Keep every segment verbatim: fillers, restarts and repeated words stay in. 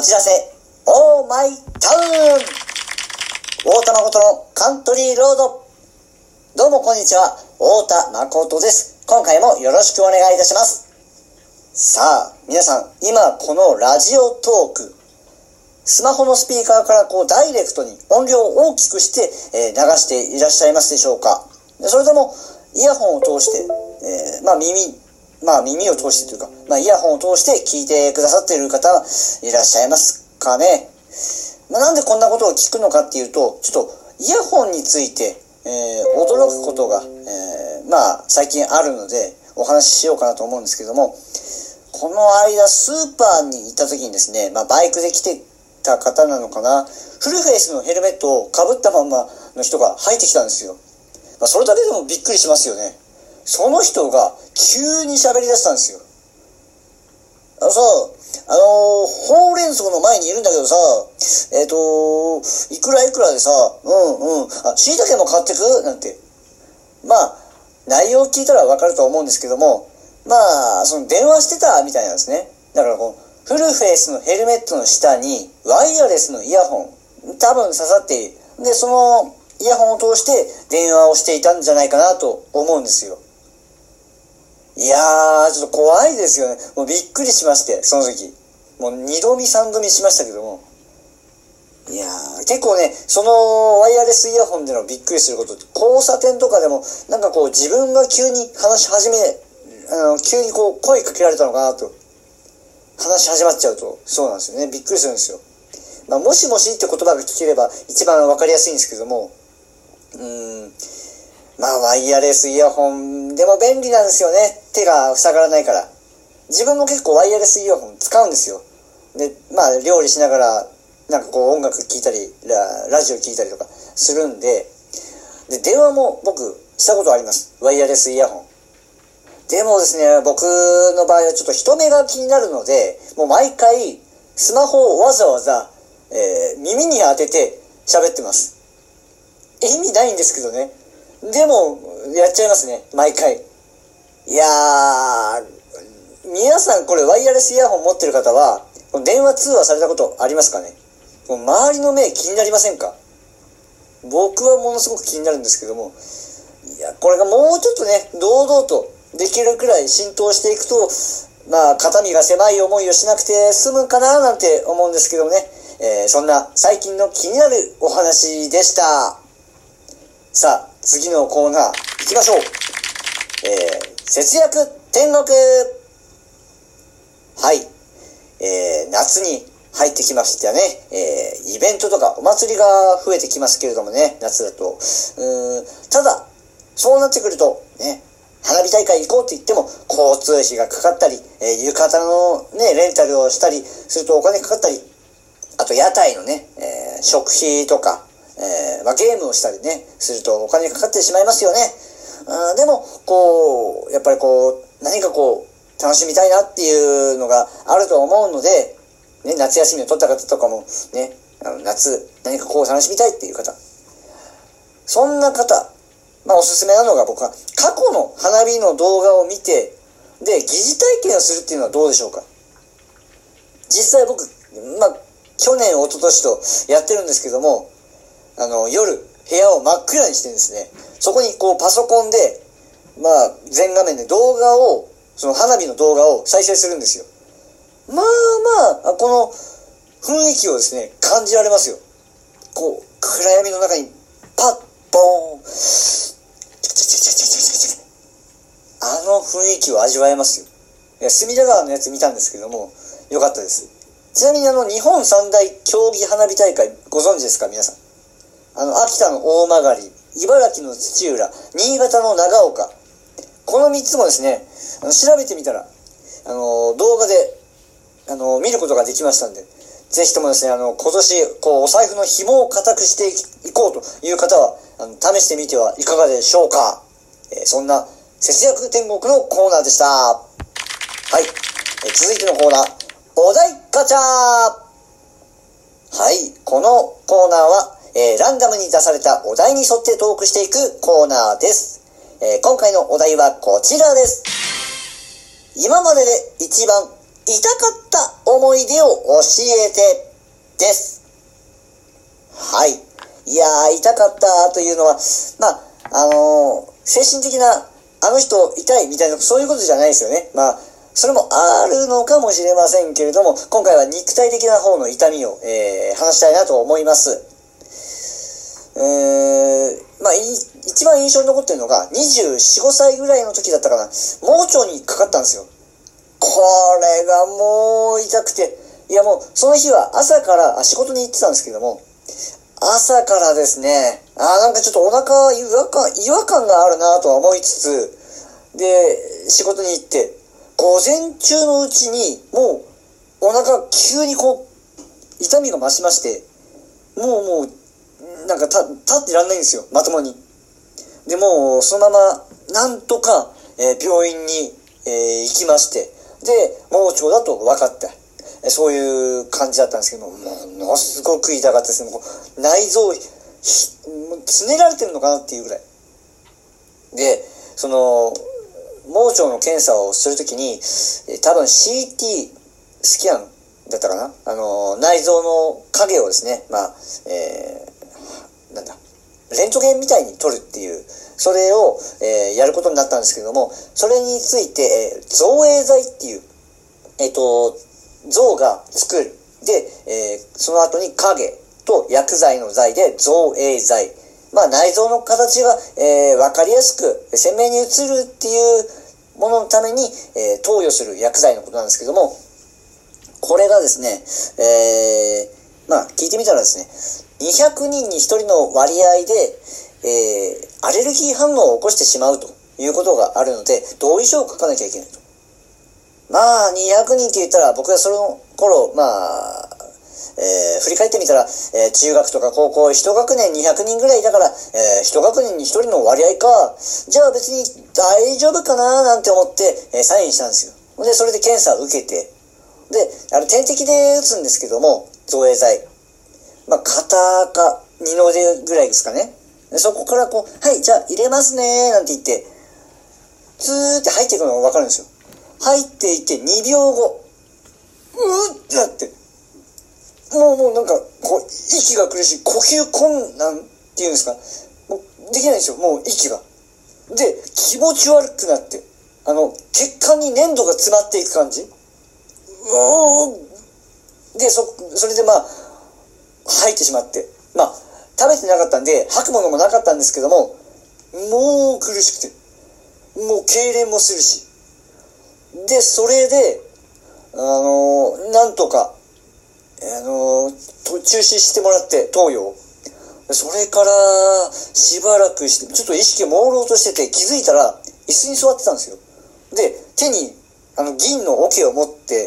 お知らせ、オーマイタウン太田誠のカントリーロード。どうもこんにちは、太田誠です。今回もよろしくお願いいたします。さあ、皆さん、今このラジオトーク、スマホのスピーカーからこうダイレクトに音量を大きくして、えー、流していらっしゃいますでしょうか。それともイヤホンを通して、えー、まあ耳、まあ耳を通してというか、まあイヤホンを通して聞いてくださっている方はいらっしゃいますかね。まあ、なんでこんなことを聞くのかっていうと、ちょっとイヤホンについて、えー、驚くことが、えー、まあ最近あるのでお話ししようかなと思うんですけども、この間スーパーに行った時にですね、まあバイクで来てた方なのかな、フルフェイスのヘルメットをかぶったまんまの人が入ってきたんですよ。まあ、それだけでもびっくりしますよね。その人が急に喋り出したんですよ。あのさ、あのー、ほうれん草の前にいるんだけどさ、えっと、いくらいくらでさ、うんうん、あ、椎茸も買ってくなんて。まあ、内容聞いたらわかると思うんですけども、まあ、その電話してたみたいなんですね。だからこう、フルフェイスのヘルメットの下にワイヤレスのイヤホン、多分刺さっている。で、そのイヤホンを通して電話をしていたんじゃないかなと思うんですよ。いやー、ちょっと怖いですよね。もうびっくりしまして、その時。もう二度見三度見しましたけども。いやー、結構ね、そのワイヤレスイヤホンでのびっくりすることって、交差点とかでも、なんかこう自分が急に話し始め、あの、急にこう声かけられたのかなと。話し始まっちゃうと、そうなんですよね。びっくりするんですよ。まあ、もしもしって言葉が聞ければ一番わかりやすいんですけども、うーん、まあ、ワイヤレスイヤホンでも便利なんですよね。手が塞がらないから。自分も結構ワイヤレスイヤホン使うんですよ。で、まあ、料理しながら、なんかこう音楽聴いたり、ラ、ラジオ聴いたりとかするんで、で、電話も僕したことあります。ワイヤレスイヤホン。でもですね、僕の場合はちょっと人目が気になるので、もう毎回スマホをわざわざ、えー、耳に当てて喋ってます。意味ないんですけどね。でも、やっちゃいますね、毎回。いやー、皆さんこれワイヤレスイヤホン持ってる方は、電話通話されたことありますかね。もう周りの目気になりませんか。僕はものすごく気になるんですけども、いや、これがもうちょっとね、堂々とできるくらい浸透していくと、まあ、肩身が狭い思いをしなくて済むかななんて思うんですけどもね、えー、そんな最近の気になるお話でした。さあ、次のコーナー行きましょう。えー、節約天国。はい。えー、夏に入ってきましたね。えー、イベントとかお祭りが増えてきますけれどもね、夏だと。うーん、ただ、そうなってくると、ね、花火大会行こうって言っても、交通費がかかったり、えー、浴衣のね、レンタルをしたりするとお金かかったり、あと屋台のね、えー、食費とか、えー、まあ、ゲームをしたりね、するとお金かかってしまいますよね。あでも、こう、やっぱりこう、何かこう、楽しみたいなっていうのがあると思うので、ね、夏休みを取った方とかも、ね、あの夏、何かこう楽しみたいっていう方。そんな方、まあおすすめなのが僕は、過去の花火の動画を見て、で、疑似体験をするっていうのはどうでしょうか。実際僕、まあ、去年、一昨年とやってるんですけども、あの、夜、部屋を真っ暗にしてですね、そこにこうパソコンで、まあ、全画面で動画を、その花火の動画を再生するんですよ。まあまあ、この雰囲気をですね、感じられますよ。こう、暗闇の中に、パッ、ボーン、あの雰囲気を味わえますよ。いや、隅田川のやつ見たんですけども、よかったです。ちなみにあの、日本三大競技花火大会、ご存知ですか、皆さん。あの、秋田の大曲、茨城の土浦、新潟の長岡。この三つもですね、あの調べてみたら、あの、動画で、あの、見ることができましたんで、ぜひともですね、あの、今年、こう、お財布の紐を固くしていこうという方は、あの、試してみてはいかがでしょうか。えー、そんな、節約天国のコーナーでした。はい。えー、続いてのコーナー、お題ガチャー。はい。このコーナーは、えー、ランダムに出されたお題に沿ってトークしていくコーナーです。えー、今回のお題はこちらです。今までで一番痛かった思い出を教えてです。はい。いやー、痛かったというのは、まあ、あのー、精神的な、あの人痛いみたいな、そういうことじゃないですよね。まあ、それもあるのかもしれませんけれども、今回は肉体的な方の痛みを、えー、話したいなと思います。えー、まあ、一番印象に残ってるのが、にじゅうよん、ごさいぐらいの時だったかな、盲腸にかかったんですよ。これがもう痛くて、いやもう、その日は朝から、あ、仕事に行ってたんですけども、朝からですね、あ、なんかちょっとお腹違和感、違和感があるなとは思いつつ、で、仕事に行って、午前中のうちに、もう、お腹急にこう、痛みが増しまして、もうもう、なんかた立ってらんないんですよ、まともに。で、もう、そのまま、なんとか、えー、病院に、えー、行きまして、で、盲腸だと分かった。そういう感じだったんですけども、ものすごく痛かったですね。もう内臓、つねられてるのかなっていうぐらい。で、その、盲腸の検査をするときに、多分 シーティー スキャンだったかな、あの、内臓の影をですね、まあ、えー、なんだ、レントゲンみたいに撮るっていう、それを、えー、やることになったんですけども、それについて、えー、造影剤っていう、えっと、像が作る。で、えー、その後に影と薬剤の剤で造影剤。まあ内臓の形が、えー、わかりやすく鮮明に映るっていうもののために、えー、投与する薬剤のことなんですけども、これがですね、えー、まあ聞いてみたらですね、にひゃくにんにひとりの割合で、えー、アレルギー反応を起こしてしまうということがあるので、同意書を書かなきゃいけないと。まあ、にひゃくにんって言ったら、僕がその頃、まあ、えー、振り返ってみたら、えー、中学とか高校いち学年にひゃくにんぐらいだから、えー、いち学年にひとりの割合か、じゃあ別に大丈夫かななんて思って、えー、サインしたんですよ。で、それで検査を受けて、で、あの、点滴で打つんですけども、造影剤。まあ、肩か二の腕ぐらいですかね。でそこからこう、はい、じゃあ入れますねーなんて言って、ツーって入っていくのがわかるんですよ。入っていてにびょうご、うーってなって、もうもうなんか、こう、息が苦しい、呼吸困難っていうんですか、もうできないんですよ、もう息が。で、気持ち悪くなって、あの、血管に粘土が詰まっていく感じ。うーで、そ、それでまあ、吐いてしまって、まあ、食べてなかったんで、吐くものもなかったんですけども、もう苦しくて、もう痙攣もするし、で、それで、あのー、なんとか、あのー、中止してもらって、投与を。それから、しばらくして、ちょっと意識朦朧としてて、気づいたら、椅子に座ってたんですよ。で、手に、あの、銀の桶を持って、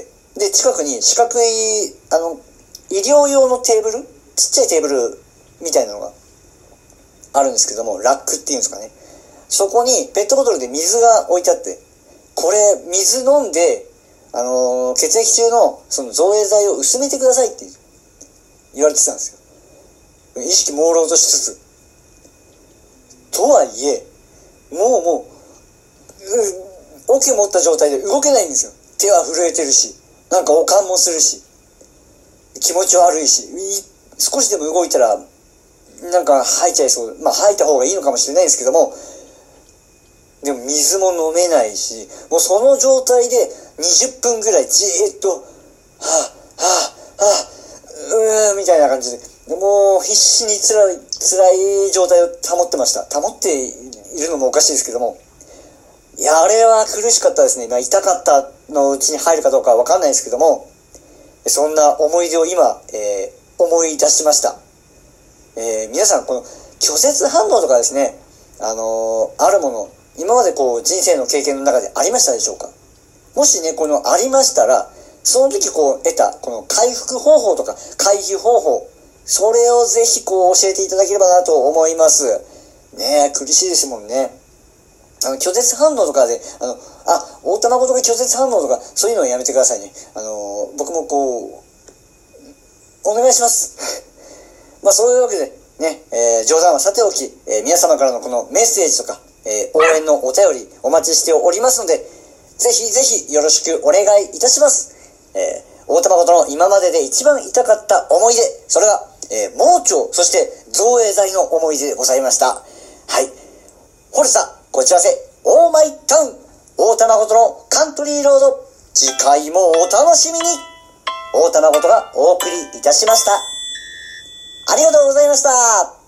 で、近くに四角い、あの、医療用のテーブル、ちっちゃいテーブルみたいなのがあるんですけども、ラックっていうんですかね。そこにペットボトルで水が置いてあって、これ、水飲んで、あのー、血液中のその造影剤を薄めてくださいって言われてたんですよ。意識朦朧としつつ。とはいえ、もうもう、桶持った状態で動けないんですよ。手は震えてるし、なんか悪寒もするし、気持ち悪いし、少しでも動いたら、なんか吐いちゃいそう。まあ吐いた方がいいのかもしれないんですけども、でも水も飲めないし、もうその状態でにじゅっぷんぐらいじーっと、はぁ、はぁ、はぁ、うーみたいな感じで、もう必死に辛い、辛い状態を保ってました。保っているのもおかしいですけども。いや、あれは苦しかったですね。まあ、痛かったのうちに入るかどうかはわかんないですけども、そんな思い出を今、えー、思い出しました。えー、皆さん、この拒絶反応とかですね、あのー、あるもの、今までこう人生の経験の中でありましたでしょうか？もしね、このありましたら、その時こう得たこの回復方法とか回避方法、それをぜひこう教えていただければなと思います。ねえ、苦しいですもんね。あの、拒絶反応とかで、あの、あ、大玉ごとが拒絶反応とか、そういうのをやめてくださいね。あの、僕もこう、お願いします。まあそういうわけで、ね、えー、冗談はさておき、えー、皆様からのこのメッセージとか、えー、応援のお便りお待ちしておりますので、ぜひぜひよろしくお願いいたします。 えー、太田誠の今までで一番痛かった思い出、それが、えー、盲腸、そして造影剤の思い出でございました。はい。ホルサ、こちらせ、オーマイタウン、太田誠のカントリーロード、次回もお楽しみに。太田誠がお送りいたしました。ありがとうございました。